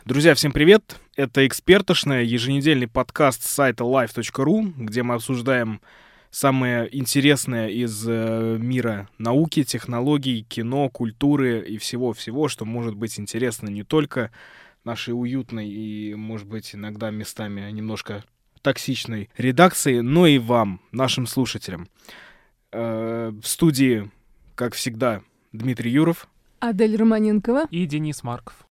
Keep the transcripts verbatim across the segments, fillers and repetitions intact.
Друзья, всем привет! Это «Экспертошная», еженедельный подкаст с сайта лайф точка ру, где мы обсуждаем самое интересное из э, мира науки, технологий, кино, культуры и всего-всего, что может быть интересно не только нашей уютной и, может быть, иногда местами немножко токсичной редакции, но и вам, нашим слушателям. Э, в студии, как всегда, Дмитрий Юров, Адель Романенкова и Денис Марков.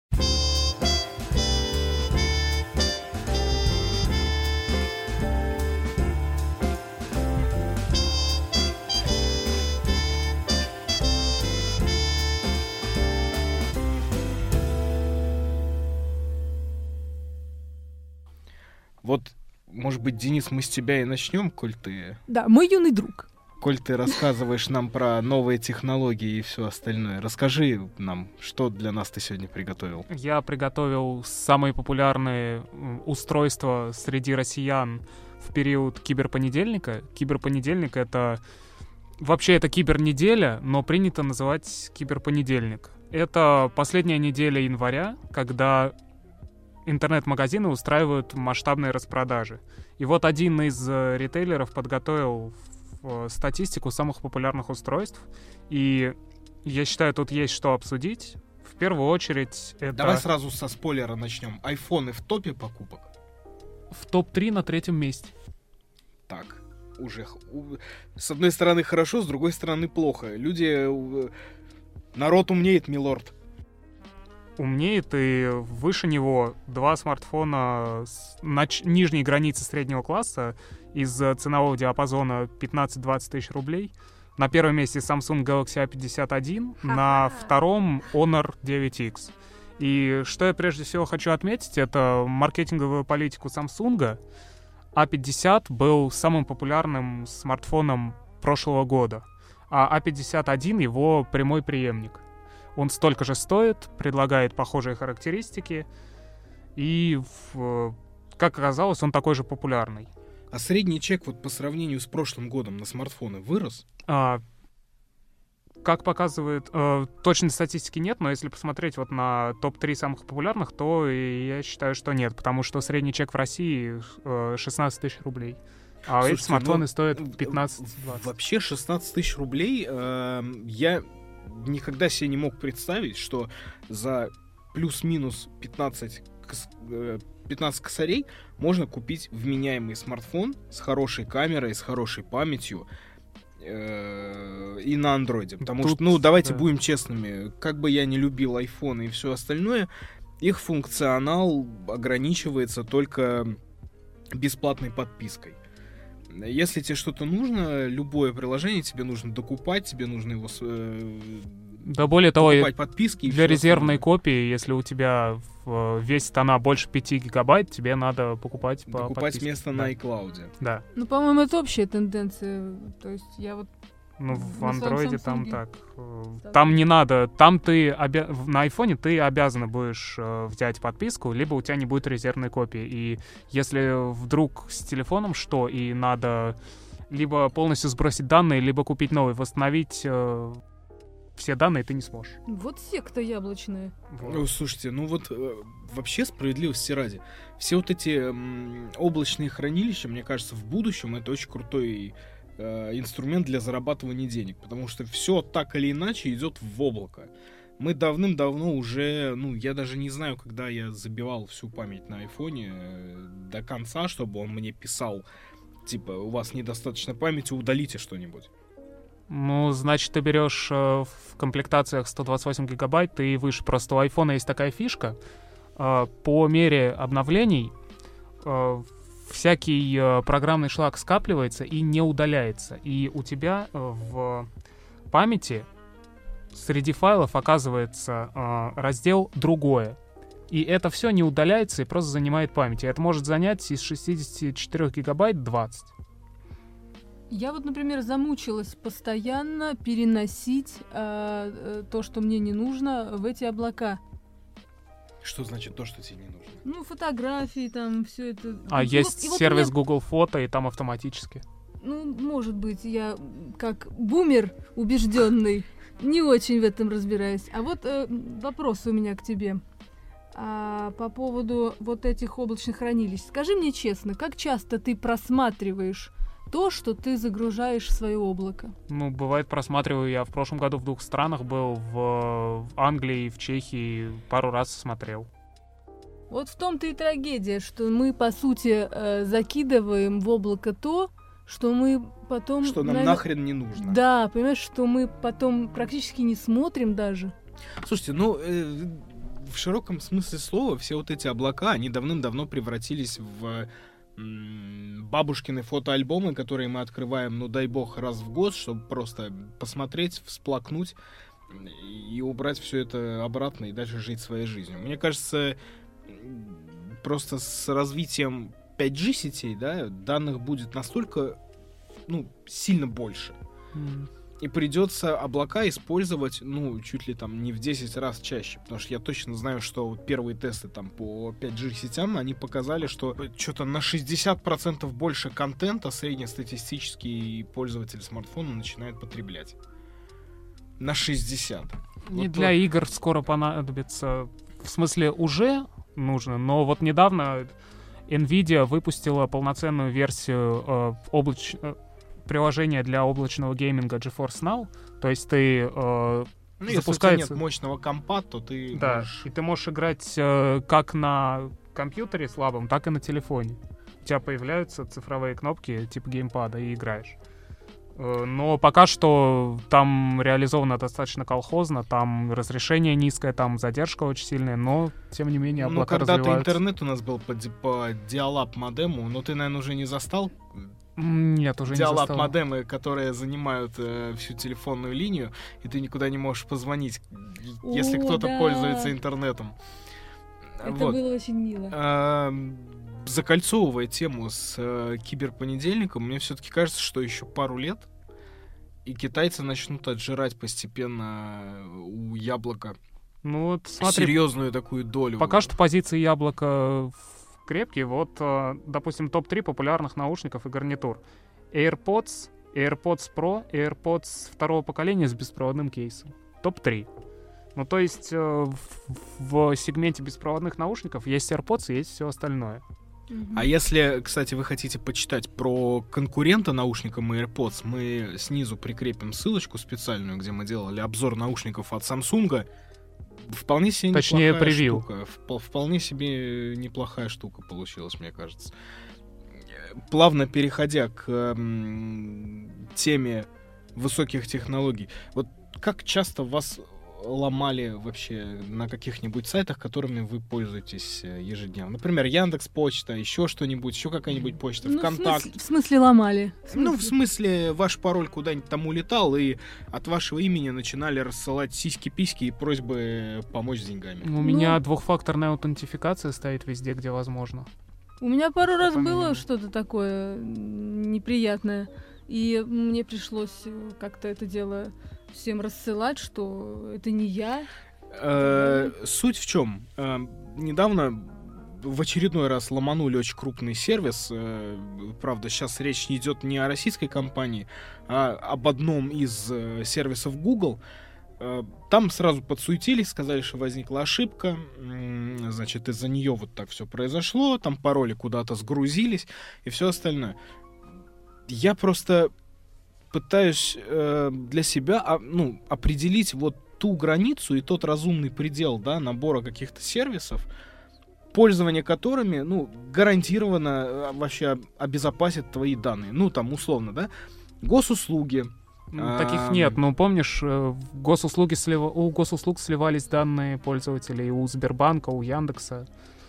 Вот, может быть, Денис, мы с тебя и начнем, коль ты... Да, мой юный друг. Коль ты рассказываешь нам про новые технологии и все остальное, расскажи нам, что для нас ты сегодня приготовил. Я приготовил самые популярные устройства среди россиян в период киберпонедельника. Киберпонедельник — это... Вообще, это кибернеделя, но принято называть киберпонедельник. Это последняя неделя января, когда интернет-магазины устраивают масштабные распродажи. И вот один из ритейлеров подготовил статистику самых популярных устройств. И я считаю, тут есть что обсудить. В первую очередь это... Давай сразу со спойлера начнем. Айфоны в топе покупок? В топ три на третьем месте. Так, уже... С одной стороны хорошо, с другой стороны плохо. Люди... Народ умнеет, милорд. Умнеет, и выше него два смартфона с нач- нижней границы среднего класса из ценового диапазона пятнадцать-двадцать тысяч рублей. На первом месте Samsung Galaxy а пятьдесят один, на втором Honor девять икс. И что я прежде всего хочу отметить, это маркетинговую политику Samsung. а пятьдесят был самым популярным смартфоном прошлого года, а а пятьдесят один его прямой преемник. Он столько же стоит, предлагает похожие характеристики, и, в, как оказалось, он такой же популярный. А средний чек вот по сравнению с прошлым годом на смартфоны вырос? А, как показывает... Э, точной статистики нет, но если посмотреть вот на топ три самых популярных, то я считаю, что нет, потому что средний чек в России э, шестнадцать тысяч рублей. А Слушайте, эти смартфоны ну, стоят пятнадцать-двадцать. Вообще шестнадцать тысяч рублей э, я... никогда себе не мог представить, что за плюс-минус пятнадцать, пятнадцать косарей можно купить вменяемый смартфон с хорошей камерой, с хорошей памятью э, и на андроиде. Потому Тут, что, ну, давайте да. будем честными, как бы я не любил айфоны и все остальное, их функционал ограничивается только бесплатной подпиской. Если тебе что-то нужно, любое приложение тебе нужно докупать, тебе нужно его э, да более того, покупать подписки. Для резервной остальное. Копии, если у тебя весит она больше пяти гигабайт, тебе надо покупать по Докупать подписке. место да. на iCloud. Да. Ну, по-моему, это общая тенденция. То есть я вот... Ну, в андроиде там так. Там не надо. Там ты обя... на айфоне ты обязан будешь э, взять подписку, либо у тебя не будет резервной копии. И если вдруг с телефоном что, и надо либо полностью сбросить данные, либо купить новый, восстановить э, все данные ты не сможешь. Вот секта яблочная. Вот. Ну, слушайте, ну вот э, вообще справедливости ради. Все вот эти э, облачные хранилища, мне кажется, в будущем это очень крутой инструмент для зарабатывания денег, потому что все так или иначе идет в облако. Мы давным-давно уже, ну, я даже не знаю, когда я забивал всю память на айфоне до конца, чтобы он мне писал, типа, у вас недостаточно памяти, удалите что-нибудь. Ну, значит, ты берешь э, в комплектациях сто двадцать восемь гигабайт и выше. Просто у айфона есть такая фишка. Э, по мере обновлений э, всякий э, программный шлак скапливается и не удаляется. И у тебя э, в памяти среди файлов оказывается э, раздел «Другое». И это все не удаляется и просто занимает память. И это может занять из шестьдесят четыре гигабайт двадцать. Я вот, например, замучилась постоянно переносить э, то, что мне не нужно, в эти облака. Что значит то, что тебе не нужно? Ну, фотографии, там, все это. А и есть вот, и сервис вот меня... Google Фото, и там автоматически. Ну, может быть, я как бумер убежденный не очень в этом разбираюсь. А вот э, вопрос у меня к тебе. А по поводу вот этих облачных хранилищ, скажи мне честно, как часто ты просматриваешь то, что ты загружаешь в свое облако? Ну, бывает, просматриваю. Я в прошлом году в двух странах был, в, в Англии, в Чехии, пару раз смотрел. Вот в том-то и трагедия, что мы, по сути, э, закидываем в облако то, что мы потом... Что нам наверное, нахрен не нужно. Да, понимаешь, что мы потом практически не смотрим даже. Слушайте, ну, э, в широком смысле слова все вот эти облака, они давным-давно превратились в м, бабушкины фотоальбомы, которые мы открываем, ну, дай бог, раз в год, чтобы просто посмотреть, всплакнуть и убрать все это обратно и дальше жить своей жизнью. Мне кажется, просто с развитием пять джи сетей, да, данных будет настолько, ну, сильно больше. Mm. И придется облака использовать, ну, чуть ли там не в десять раз чаще. Потому что я точно знаю, что вот первые тесты там по пять джи сетям, они показали, что что-то на шестьдесят процентов больше контента среднестатистический пользователь смартфона начинает потреблять. На шестьдесят. Не Вот для то... игр скоро понадобится. В смысле, уже нужно, но вот недавно Nvidia выпустила полноценную версию э, облач... приложения для облачного гейминга GeForce Now. То есть ты э, ну, запускается... если у тебя нет мощного компа, то ты да, можешь... и ты можешь играть э, как на компьютере слабом, так и на телефоне. У тебя появляются цифровые кнопки типа геймпада, и играешь. Но пока что там реализовано достаточно колхозно, там разрешение низкое, там задержка очень сильная, но тем не менее облака ну, когда-то развиваются. интернет у нас был по, по диалап модему, но ты, наверное, уже не застал? Нет, уже диалап не застал. модемы, которые занимают э, всю телефонную линию, и ты никуда не можешь позвонить, О, если кто-то да. пользуется интернетом. Это вот. было очень мило. А, закольцовывая тему с э, киберпонедельником, мне все-таки кажется, что еще пару лет и китайцы начнут отжирать постепенно у яблока ну, вот, смотри, серьезную такую долю. Пока что позиции яблока крепкие. Вот, допустим, топ три популярных наушников и гарнитур. AirPods, AirPods Pro, AirPods второго поколения с беспроводным кейсом. топ три. Ну, то есть в, в сегменте беспроводных наушников есть AirPods и есть все остальное. А если, кстати, вы хотите почитать про конкурента наушникам AirPods, мы снизу прикрепим ссылочку специальную, где мы делали обзор наушников от Samsung. Вполне себе Точнее, неплохая превью. штука. Вполне себе неплохая штука получилась, мне кажется. Плавно переходя к м, теме высоких технологий. Вот как часто вас ломали вообще на каких-нибудь сайтах, которыми вы пользуетесь ежедневно? Например, Яндекс.Почта, еще что-нибудь, еще какая-нибудь почта, ну, ВКонтакт. В смысле, в смысле ломали? В смысле? Ну, в смысле, ваш пароль куда-нибудь там улетал, и от вашего имени начинали рассылать сиськи-письки и просьбы помочь с деньгами. У меня двухфакторная аутентификация стоит везде, где возможно. У меня пару раз Помимо. было что-то такое неприятное, и мне пришлось как-то это дело всем рассылать, что это не я. Э, суть в чем? Э, недавно в очередной раз ломанули очень крупный сервис. Э, правда, сейчас речь не идет не о российской компании, а об одном из э, сервисов Google. Э, там сразу подсуетились, сказали, что возникла ошибка. М, значит, из-за нее вот так все произошло. Там пароли куда-то сгрузились и все остальное. Я просто пытаюсь э, для себя а, ну, определить вот ту границу и тот разумный предел, да, набора каких-то сервисов, пользование которыми, ну, гарантированно вообще обезопасит твои данные. Ну, там, условно, да, госуслуги. Ну, таких нет. Ну, помнишь, госуслуги слив... у госуслуг сливались данные пользователей у Сбербанка, у Яндекса.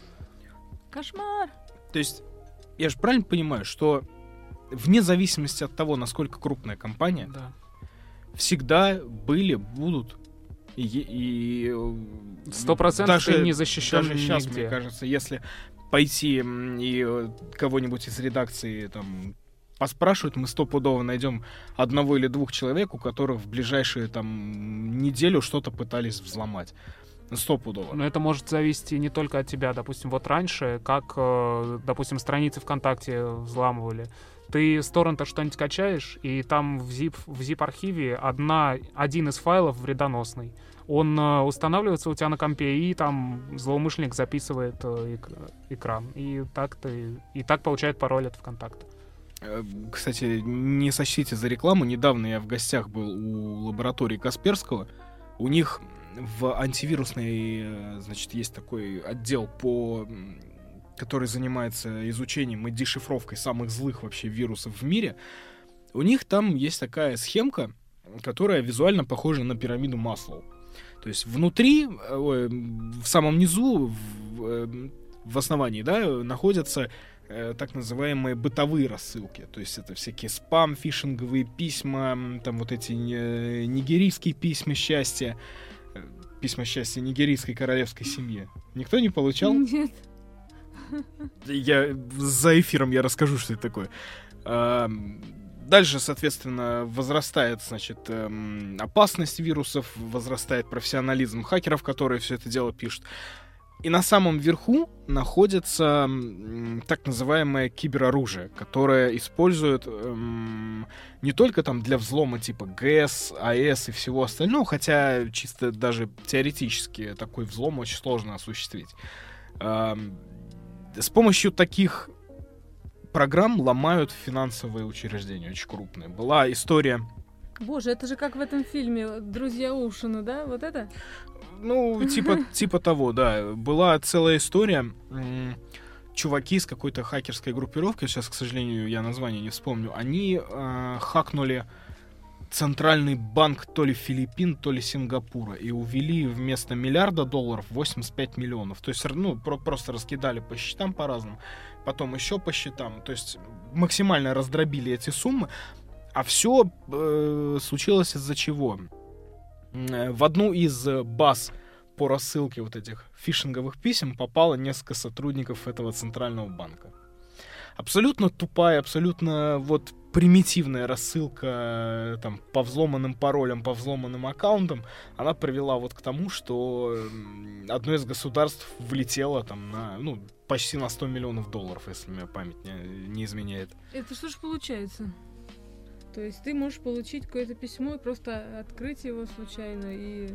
Кошмар! То есть, я же правильно понимаю, что вне зависимости от того, насколько крупная компания, Да. всегда были, будут и... и Сто процентов ты не защищен даже сейчас, нигде. мне кажется, если пойти и кого-нибудь из редакции там поспрашивать, мы стопудово найдем одного или двух человек, у которых в ближайшие там неделю что-то пытались взломать. Стопудово. Но это может зависеть не только от тебя. Допустим, вот раньше, как, допустим, страницы ВКонтакте взламывали. Ты с торрента что-нибудь качаешь, и там в zip, в zip-архиве одна, один из файлов вредоносный. Он э, устанавливается у тебя на компе, и там злоумышленник записывает э, эк- экран. И так, ты, и так получает пароль от ВКонтакта. Кстати, не сочтите за рекламу. Недавно я в гостях был у лаборатории Касперского. У них в антивирусной, значит, есть такой отдел, по, который занимается изучением и дешифровкой самых злых вообще вирусов в мире. У них там есть такая схемка, которая визуально похожа на пирамиду Маслоу. То есть внутри, в самом низу, в, в основании, да, находятся так называемые бытовые рассылки. То есть это всякие спам, фишинговые письма, там вот эти нигерийские письма счастья, письма счастья нигерийской королевской семье. Никто не получал? Нет. Я за эфиром я расскажу, что это такое. Дальше, соответственно, возрастает, значит, опасность вирусов, возрастает профессионализм хакеров, которые все это дело пишут. И на самом верху находится м, так называемое кибероружие, которое используют эм, не только там для взлома типа ГЭС, АЭС и всего остального, хотя чисто даже теоретически такой взлом очень сложно осуществить. Эм, с помощью таких программ ломают финансовые учреждения очень крупные. Была история... Боже, это же как в этом фильме «Друзья Оушена», да? Вот это? Ну, типа, типа того, да. Была целая история. Чуваки с какой-то хакерской группировкой, сейчас, к сожалению, я название не вспомню, они э, хакнули центральный банк то ли Филиппин, то ли Сингапура и увели вместо миллиарда долларов восемьдесят пять миллионов. То есть, ну, про- просто раскидали по счетам по-разному, потом еще по счетам. То есть максимально раздробили эти суммы. А все э, случилось из-за чего? В одну из баз по рассылке вот этих фишинговых писем попало несколько сотрудников этого центрального банка. Абсолютно тупая, абсолютно вот примитивная рассылка там, по взломанным паролям, по взломанным аккаунтам, она привела вот к тому, что одно из государств влетело там на, ну, почти на сто миллионов долларов, если меня память не, не изменяет. Это что ж получается? То есть ты можешь получить какое-то письмо и просто открыть его случайно и...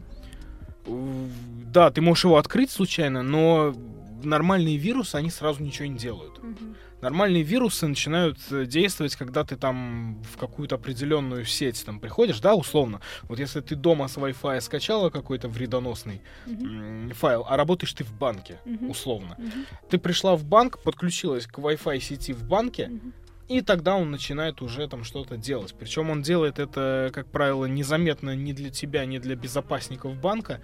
Да, ты можешь его открыть случайно, но нормальные вирусы, они сразу ничего не делают. Угу. Нормальные вирусы начинают действовать, когда ты там в какую-то определенную сеть там приходишь, да, условно. Вот если ты дома с Wi-Fi скачала какой-то вредоносный угу. файл, а работаешь ты в банке, угу. условно. Угу. Ты пришла в банк, подключилась к Wi-Fi сети в банке, угу. и тогда он начинает уже там что-то делать. Причем он делает это, как правило, незаметно ни для тебя, ни для безопасников банка.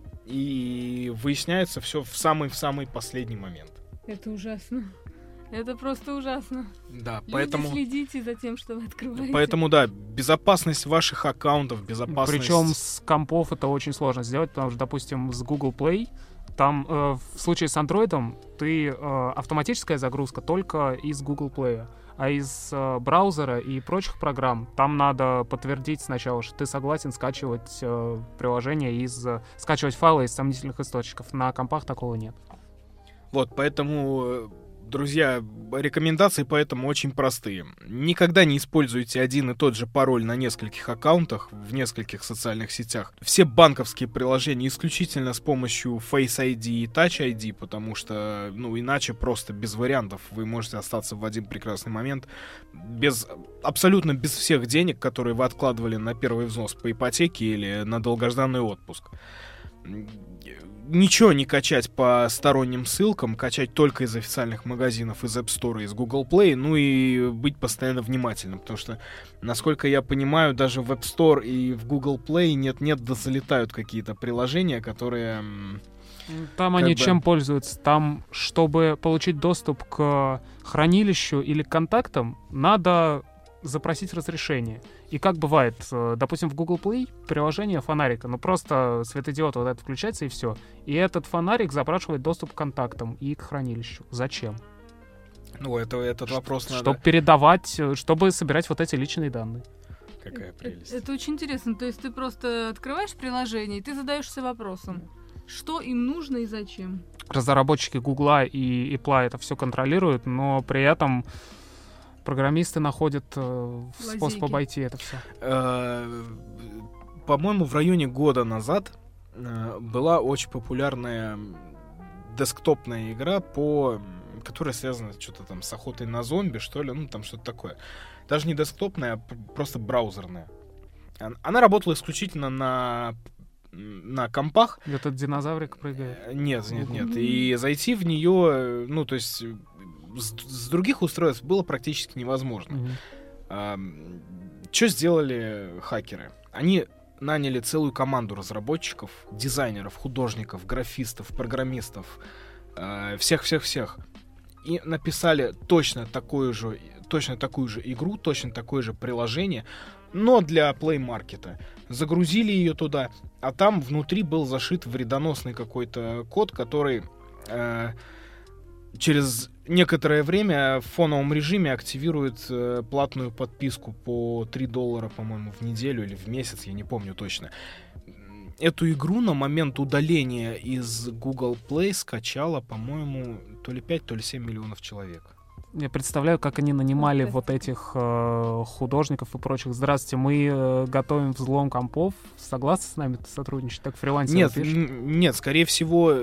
И выясняется все в самый-в самый последний момент. Это ужасно. Это просто ужасно. Да, Люди, поэтому... следите за тем, что вы открываете. Поэтому, да, безопасность ваших аккаунтов, безопасность... Причем с компов это очень сложно сделать, потому что, допустим, с Google Play, там э, в случае с Android ты э, автоматическая загрузка только из Google Play. А из э, браузера и прочих программ там надо подтвердить сначала, что ты согласен скачивать э, приложение из... Э, скачивать файлы из сомнительных источников. На компах такого нет. Вот, поэтому, друзья, рекомендации поэтому очень простые. Никогда не используйте один и тот же пароль на нескольких аккаунтах, в нескольких социальных сетях. Все банковские приложения исключительно с помощью Face ай ди и Touch ай ди, потому что, ну, иначе просто без вариантов вы можете остаться в один прекрасный момент без, абсолютно без всех денег, которые вы откладывали на первый взнос по ипотеке или на долгожданный отпуск. Ничего не качать по сторонним ссылкам, качать только из официальных магазинов, из App Store, из Google Play, ну и быть постоянно внимательным, потому что, насколько я понимаю, даже в App Store и в Google Play нет-нет, да залетают какие-то приложения, которые... Там они бы... чем пользуются? Там, чтобы получить доступ к хранилищу или к контактам, надо запросить разрешение. И как бывает, допустим, в Google Play приложение фонарика, ну просто светодиод вот этот включается и все. И этот фонарик запрашивает доступ к контактам и к хранилищу. Зачем? Ну, это, этот вопрос Ш- надо... Чтобы передавать, чтобы собирать вот эти личные данные. Какая прелесть. Это, это очень интересно. То есть ты просто открываешь приложение, и ты задаешься вопросом, что им нужно и зачем. Разработчики Гугла и Apple это все контролируют, но при этом программисты находят э, способ обойти это все. По-моему, в районе года назад э, была очень популярная десктопная игра, по, которая связана что-то там с охотой на зомби, что ли, ну там что-то такое. Даже не десктопная, а просто браузерная. Она работала исключительно на, на компах. Этот динозаврик прыгает? Нет, нет, нет. И зайти в нее, ну, то есть с, с других устройств было практически невозможно. Mm-hmm. А, что сделали хакеры? Они наняли целую команду разработчиков, дизайнеров, художников, графистов, программистов, всех-всех-всех. И написали точно такую же, точно такую же игру, точно такое же приложение, но для Play Market. Загрузили ее туда, а там внутри был зашит вредоносный какой-то код, который э, через некоторое время в фоновом режиме активирует э, платную подписку по три доллара, по-моему, в неделю или в месяц, я не помню точно. Эту игру на момент удаления из Google Play скачало, по-моему, то ли пять, то ли семь миллионов человек. Я представляю, как они нанимали вот этих э, художников и прочих. Здравствуйте, мы э, готовим взлом компов. Согласны с нами сотрудничать? Так фрилансеры Нет, пишут? н- нет, скорее всего,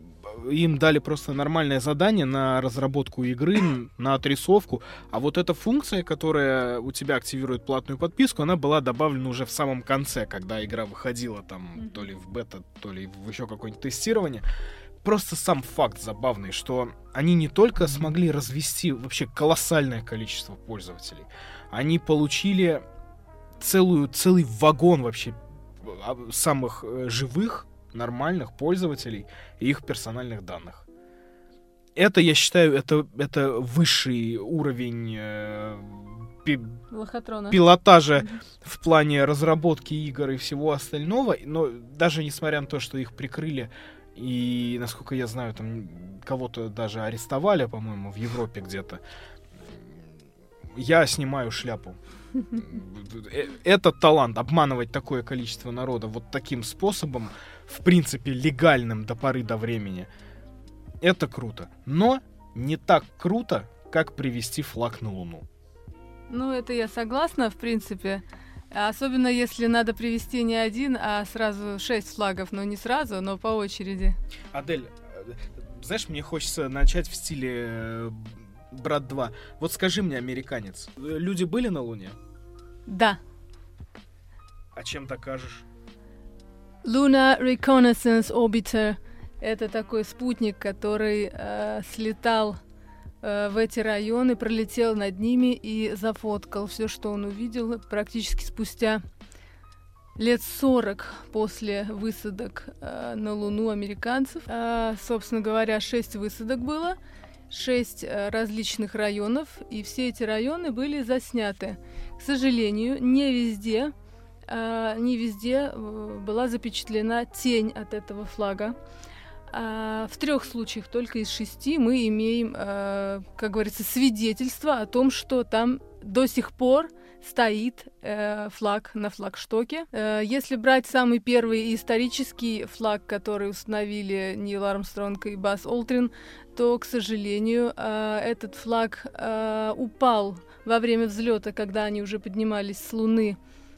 им дали просто нормальное задание на разработку игры, на отрисовку. А вот эта функция, которая у тебя активирует платную подписку, она была добавлена уже в самом конце, когда игра выходила там то ли в бета, то ли в еще какое-нибудь тестирование. Просто сам факт забавный, что они не только смогли развести вообще колоссальное количество пользователей, они получили целую, целый вагон вообще самых живых, нормальных пользователей и их персональных данных. Это, я считаю, это, это высший уровень э, пи- пилотажа mm-hmm. в плане разработки игр и всего остального. Но даже несмотря на то, что их прикрыли, и, насколько я знаю, там кого-то даже арестовали, по-моему, в Европе где-то, я снимаю шляпу. Это талант, обманывать такое количество народа вот таким способом, в принципе, легальным до поры до времени. Это круто. Но не так круто, как привести флаг на Луну. Ну, это я согласна, в принципе. Особенно если надо привести не один, а сразу шесть флагов. Ну, не сразу, но по очереди. Адель, знаешь, мне хочется начать в стиле «Брат два». Вот скажи мне, американец, люди были на Луне? Да. А чем докажешь? Lunar Reconnaissance Orbiter — это такой спутник, который э, слетал э, в эти районы, пролетел над ними и зафоткал все, что он увидел, практически спустя лет сорок после высадок э, на Луну американцев. Э, собственно говоря, шесть высадок было, шесть э, различных районов, и все эти районы были засняты. К сожалению, не везде Uh, не везде uh, была запечатлена тень от этого флага. Uh, в трех случаях только из шести мы имеем, uh, как говорится, свидетельство о том, что там до сих пор стоит uh, флаг на флагштоке. Uh, если брать самый первый исторический флаг, который установили Нил Армстронг и Базз Олдрин, то, к сожалению, uh, этот флаг uh, упал во время взлета, когда они уже поднимались с Луны.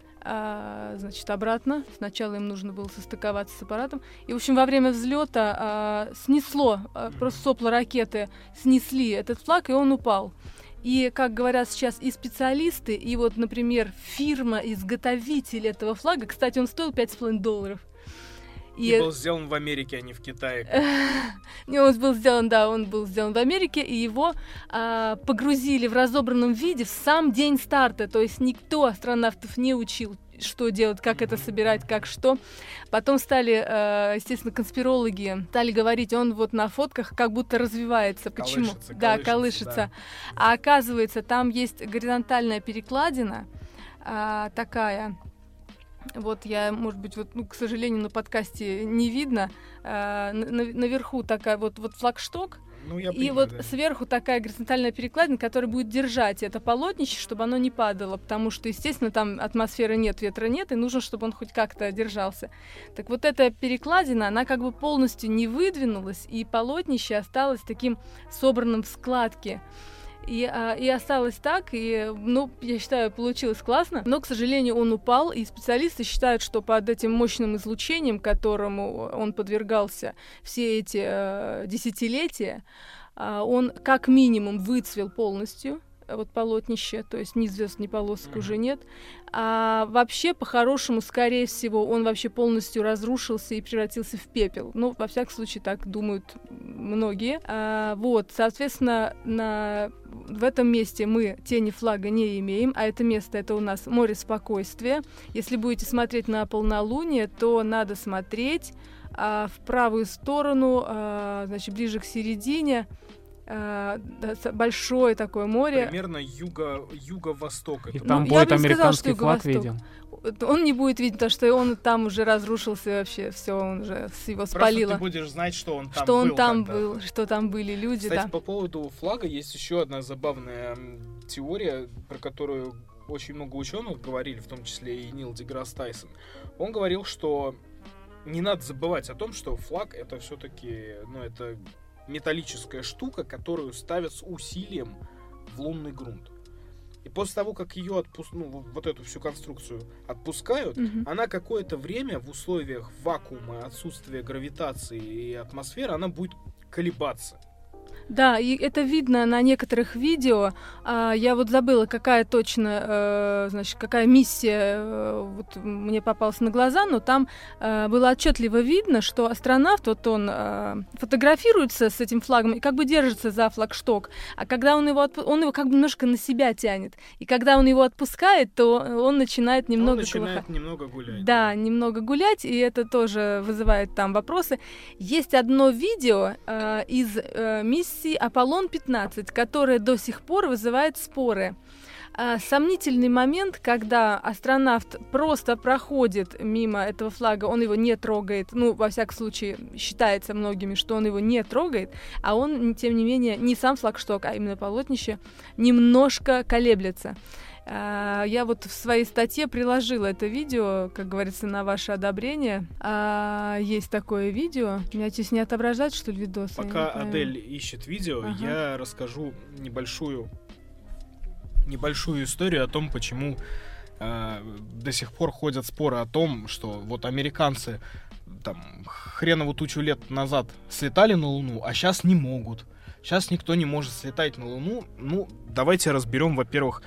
А, значит, обратно. Сначала им нужно было состыковаться с аппаратом. И, в общем, во время взлета а, снесло, а, просто сопла ракеты снесли этот флаг, и он упал. И, как говорят сейчас и специалисты, и вот, например, фирма-изготовитель этого флага, кстати, он стоил пять с половиной долларов. И, и был сделан в Америке, а не в Китае. Не, он был сделан, да, он был сделан в Америке, и его а, погрузили в разобранном виде в сам день старта. То есть никто астронавтов не учил, что делать, как это собирать, как что. Потом стали, а, естественно, конспирологи стали говорить, он вот на фотках как будто развивается. Почему? Колышется, да, колышется, колышется. Да. А оказывается, там есть горизонтальная перекладина а, такая. Вот я, может быть, вот, ну, к сожалению, на подкасте не видно. А, на, наверху такая вот, вот флагшток, ну, я и понимаю, вот да. сверху такая горизонтальная перекладина, которая будет держать это полотнище, чтобы оно не падало, потому что, естественно, там атмосферы нет, ветра нет, и нужно, чтобы он хоть как-то держался. Так вот эта перекладина, она как бы полностью не выдвинулась, и полотнище осталось таким собранным в складке. И, а, и осталось так, и, ну, я считаю, получилось классно, но, к сожалению, он упал, и специалисты считают, что под этим мощным излучением, которому он подвергался все эти э, десятилетия, э, он как минимум выцвел полностью, вот полотнище, то есть ни звезд, ни полосок mm-hmm. уже нет. А вообще, по-хорошему, скорее всего, он вообще полностью разрушился и превратился в пепел. Ну, во всяком случае, так думают многие. А, вот, соответственно, на... в этом месте мы тени флага не имеем, а это место, это у нас море спокойствия. Если будете смотреть на полнолуние, то надо смотреть а, в правую сторону, а, значит, ближе к середине, большое такое море. Примерно юго, юго-восток. И там ну, будет американский сказала, флаг виден. Он не будет виден, потому что он там уже разрушился вообще, все, он уже его спалило. Просто ты будешь знать, что он там что был. Он там был, что там были люди. Кстати, да. по поводу флага есть еще одна забавная теория, про которую очень много ученых говорили, в том числе и Нил Деграсс Тайсон. Он говорил, что не надо забывать о том, что флаг это все-таки, ну, это металлическая штука, которую ставят с усилием в лунный грунт. И после того, как ее отпуск... ну, вот эту всю конструкцию отпускают, mm-hmm. она какое-то время в условиях вакуума, отсутствия гравитации и атмосферы, она будет колебаться. Да, и это видно на некоторых видео. А, я вот забыла, какая точно, э, значит, какая миссия э, вот мне попалась на глаза, но там э, было отчетливо видно, что астронавт, вот он э, фотографируется с этим флагом и как бы держится за флагшток, а когда он его, отпу- он его как бы немножко на себя тянет, и когда он его отпускает, то он начинает немного... Он начинает колыха... немного гулять. Да, немного гулять, и это тоже вызывает там вопросы. Есть одно видео э, из э, миссии Аполлон пятнадцать, которая до сих пор вызывает споры. А, сомнительный момент, когда астронавт просто проходит мимо этого флага, он его не трогает, ну, во всяком случае, считается многими, что он его не трогает, а он, тем не менее, не сам флагшток, а именно полотнище, немножко колеблется. Uh, я вот в своей статье приложила это видео, как говорится, на ваше одобрение. Uh, есть такое видео. Меня здесь не отображать, что ли, видос? Пока Адель ищет видео, ага. я расскажу небольшую, небольшую историю о том, почему uh, до сих пор ходят споры о том, что вот американцы там хренову тучу лет назад слетали на Луну, а сейчас не могут. Сейчас никто не может слетать на Луну. Ну, давайте разберем, во-первых,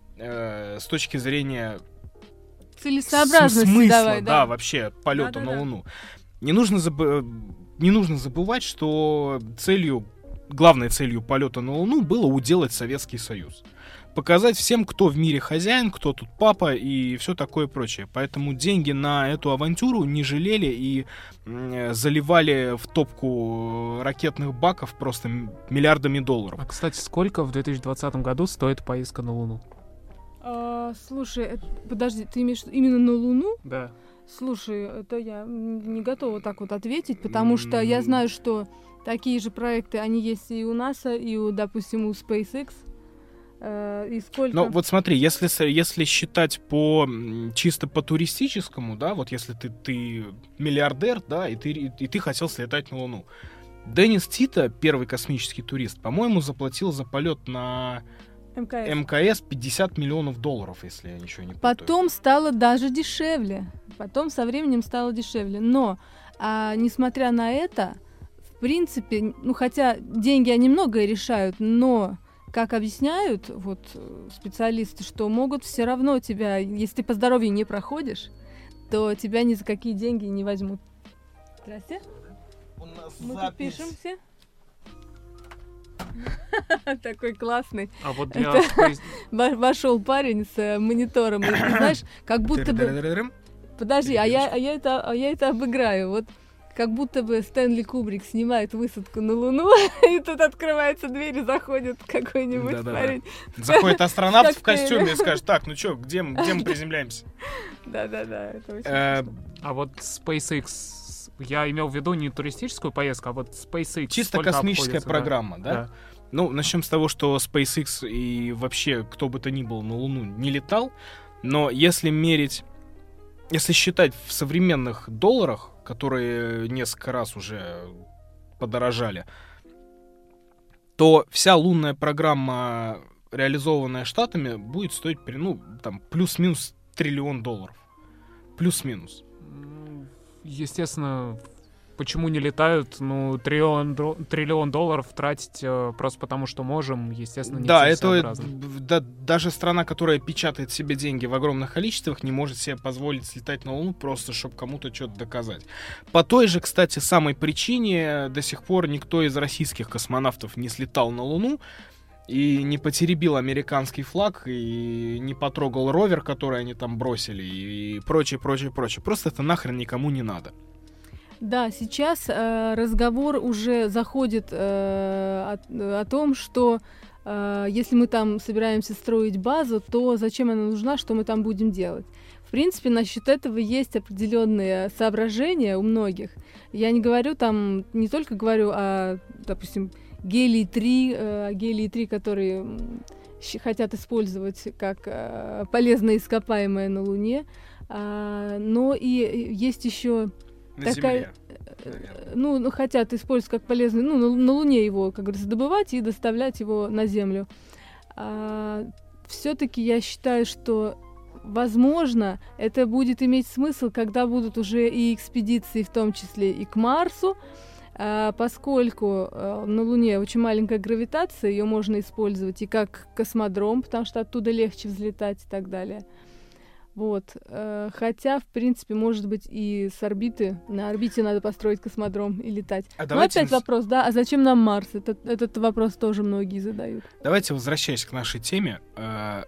с точки зрения целесообразности, смысла, давай, да, да, вообще полета да, да, на да. Луну. Не нужно, забы... не нужно забывать, что целью, главной целью полета на Луну было уделать Советский Союз. Показать всем, кто в мире хозяин, кто тут папа и все такое прочее. Поэтому деньги на эту авантюру не жалели и заливали в топку ракетных баков просто миллиардами долларов. А, кстати, сколько в две тысячи двадцатом году стоит поездка на Луну? А, слушай, это, подожди, ты имеешь именно на Луну? Да. Слушай, это я не готова так вот ответить, потому что я знаю, что такие же проекты, они есть и у НАСА, и у, допустим, у SpaceX. И сколько... Ну, вот смотри, если, если считать по чисто по туристическому, да, вот если ты, ты миллиардер, да, и ты, и ты хотел слетать на Луну. Деннис Тита, первый космический турист, по-моему, заплатил за полет на МКС. МКС пятьдесят миллионов долларов, если я ничего не путаю. Потом стало даже дешевле. Потом со временем стало дешевле. Но, а, несмотря на это, в принципе, ну, хотя деньги они многое решают, но... Как объясняют вот, специалисты, что могут все равно тебя, если ты по здоровью не проходишь, то тебя ни за какие деньги не возьмут. Здрасте. У нас Мы запись. тут пишемся. Такой классный. А вот для... Вошел парень с монитором, и знаешь, как будто бы... Подожди, а я это обыграю. Вот как будто бы Стэнли Кубрик снимает высадку на Луну, и тут открывается дверь, и заходит какой-нибудь Да-да-да. парень. Заходит астронавт в костюме и скажет: так, ну чё, где, где мы приземляемся? Да-да-да, это очень Э, смешно. А вот SpaceX, я имел в виду не туристическую поездку, а вот SpaceX. Чисто сколько космическая обходится, программа, да? Да. Ну, начнем с того, что SpaceX и вообще кто бы то ни был на Луну не летал, но если мерить, если считать в современных долларах, которые несколько раз уже подорожали, то вся лунная программа, реализованная Штатами, будет стоить, ну, там, плюс-минус триллион долларов. Плюс-минус. Естественно, почему не летают? Ну, триллион, триллион долларов тратить э, просто потому, что можем, естественно, не да, это целесообразно. да, даже страна, которая печатает себе деньги в огромных количествах, не может себе позволить слетать на Луну просто, чтобы кому-то что-то доказать. По той же, кстати, самой причине до сих пор никто из российских космонавтов не слетал на Луну и не потеребил американский флаг, и не потрогал ровер, который они там бросили, и прочее, прочее, прочее. Просто это нахрен никому не надо. Да, сейчас э, разговор уже заходит э, о, о том, что э, если мы там собираемся строить базу, то зачем она нужна, что мы там будем делать. В принципе, насчет этого есть определенные соображения у многих. Я не говорю там, не только говорю о, допустим, гелий-три, э, гелий-три, которые хотят использовать как э, полезное ископаемое на Луне, э, но и есть еще На такая, Земле. ну, ну, хотят использовать как полезный, ну, на, на Луне его, как говорится, добывать и доставлять его на Землю. А, все-таки я считаю, что, возможно, это будет иметь смысл, когда будут уже и экспедиции, в том числе и к Марсу, а, поскольку а, на Луне очень маленькая гравитация, ее можно использовать и как космодром, потому что оттуда легче взлетать и так далее. Вот. Хотя, в принципе, может быть, и с орбиты, на орбите надо построить космодром и летать. А Но опять вопрос, да, а зачем нам Марс? Этот, этот вопрос тоже многие задают. Давайте, возвращаясь к нашей теме, э,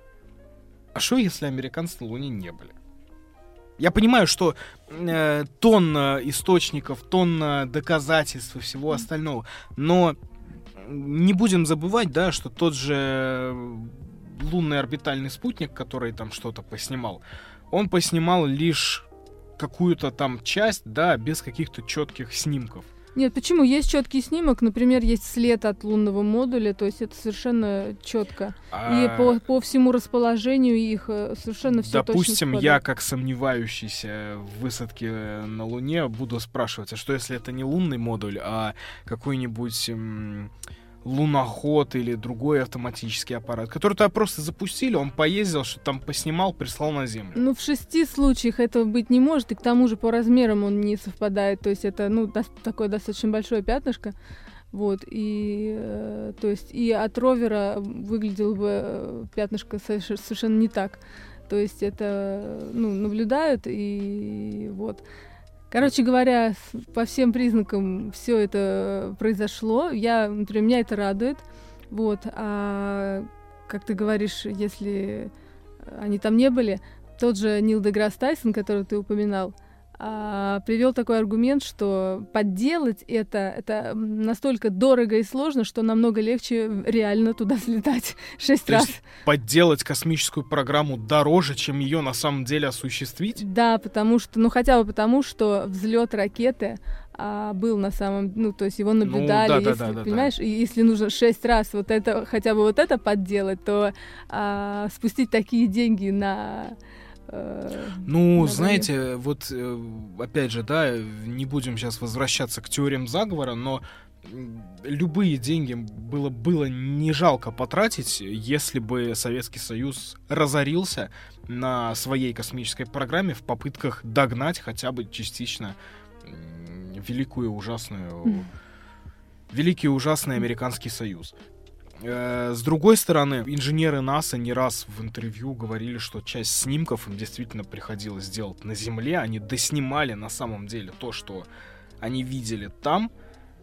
а что, если американцы на Луне не были? Я понимаю, что э, тонна источников, тонна доказательств и всего остального, но не будем забывать, да, что тот же лунный орбитальный спутник, который там что-то поснимал, он поснимал лишь какую-то там часть, да, без каких-то четких снимков. Нет, почему? Есть четкий снимок, например, есть след от лунного модуля, то есть это совершенно четко. А... И по, по всему расположению их совершенно все точно Допустим, совпадает. я, как сомневающийся в высадке на Луне, буду спрашивать, а что если это не лунный модуль, а какой-нибудь м- луноход или другой автоматический аппарат, который туда просто запустили, он поездил, что там поснимал, прислал на Землю. Ну, в шести случаях этого быть не может, и к тому же по размерам он не совпадает, то есть это, ну, до- такое достаточно большое пятнышко, вот, и, э, то есть, и от ровера выглядело бы э, пятнышко соверш- совершенно не так, то есть это, ну, наблюдают, и вот. Короче говоря, по всем признакам все это произошло. Я, например, меня это радует. Вот. А как ты говоришь, если они там не были, тот же Нил Деграсс Тайсон, которого ты упоминал, а, привел такой аргумент, что подделать это, это настолько дорого и сложно, что намного легче реально туда слетать шесть раз. Есть подделать космическую программу дороже, чем ее на самом деле осуществить? Да, потому что, ну хотя бы потому, что взлет ракеты а, был на самом, ну то есть его наблюдали, ну, да, если, да, да, понимаешь, да. и если нужно шесть раз вот это, хотя бы вот это подделать, то а, спустить такие деньги на Ну, знаете, вот опять же, да, не будем сейчас возвращаться к теориям заговора, но любые деньги было, было не жалко потратить, если бы Советский Союз разорился на своей космической программе в попытках догнать хотя бы частично великую ужасную, mm. великий ужасный Американский Союз. С другой стороны, инженеры НАСА не раз в интервью говорили, что часть снимков им действительно приходилось делать на Земле. Они доснимали на самом деле то, что они видели там.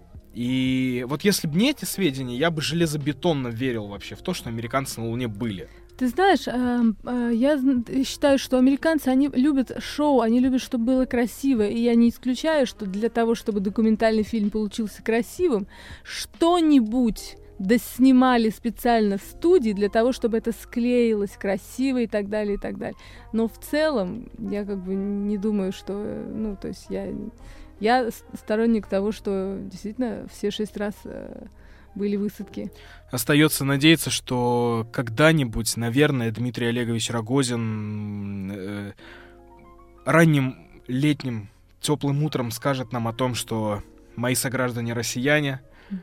И вот если бы не эти сведения, я бы железобетонно верил вообще в то, что американцы на Луне были. Ты знаешь, я считаю, что американцы, они любят шоу, они любят, чтобы было красиво, и я не исключаю, что для того, чтобы документальный фильм получился красивым, что-нибудь доснимали специально в студии для того, чтобы это склеилось красиво и так далее, и так далее. Но в целом я как бы не думаю, что... Ну, то есть я, я сторонник того, что действительно все шесть раз э, были высадки. Остается надеяться, что когда-нибудь, наверное, Дмитрий Олегович Рогозин э, ранним летним теплым утром скажет нам о том, что мои сограждане россияне,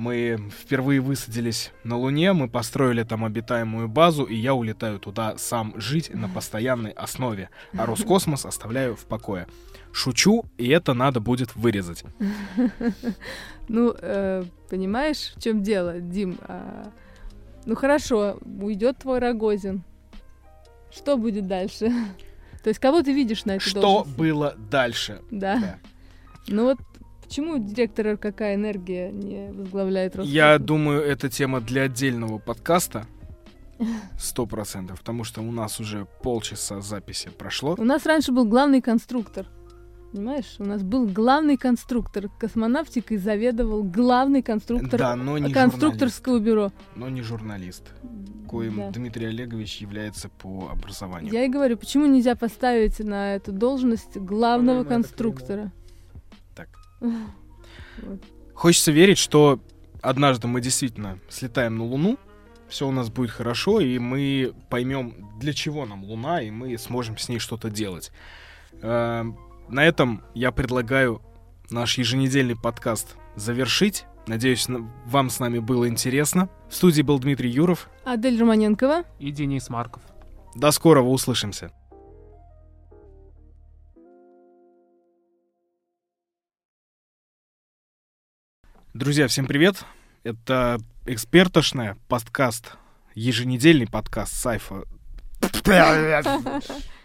Мы впервые высадились на Луне, мы построили там обитаемую базу, и я улетаю туда сам жить на постоянной основе, а Роскосмос оставляю в покое. Шучу, и это надо будет вырезать. Ну, э, понимаешь, в чем дело, Дим? А, ну хорошо, уйдет твой Рогозин. Что будет дальше? То есть кого ты видишь на этой Что должности? было дальше? Да. Да. Ну вот почему директор эр ка ка «Энергия» не возглавляет Роскосмос? Я думаю, это тема для отдельного подкаста. Сто процентов, потому что у нас уже полчаса записи прошло. У нас раньше был главный конструктор. Понимаешь, у нас был главный конструктор. Космонавтикой заведовал главный конструктор Да, но не конструкторского бюро. Но не журналист, коим Да. Дмитрий Олегович является по образованию. Я и говорю, почему нельзя поставить на эту должность главного По-моему, это конструктора? Так. Вот. Хочется верить, что однажды мы действительно слетаем на Луну, все у нас будет хорошо, и мы поймем, для чего нам Луна, и мы сможем с ней что-то делать. Э, На этом я предлагаю наш еженедельный подкаст завершить. Надеюсь, на- вам с нами было интересно. В студии был Дмитрий Юров. Адель Романенкова. И Денис Марков. До скорого, услышимся. Друзья, всем привет. Это экспертошная подкаст, еженедельный подкаст Сайфа.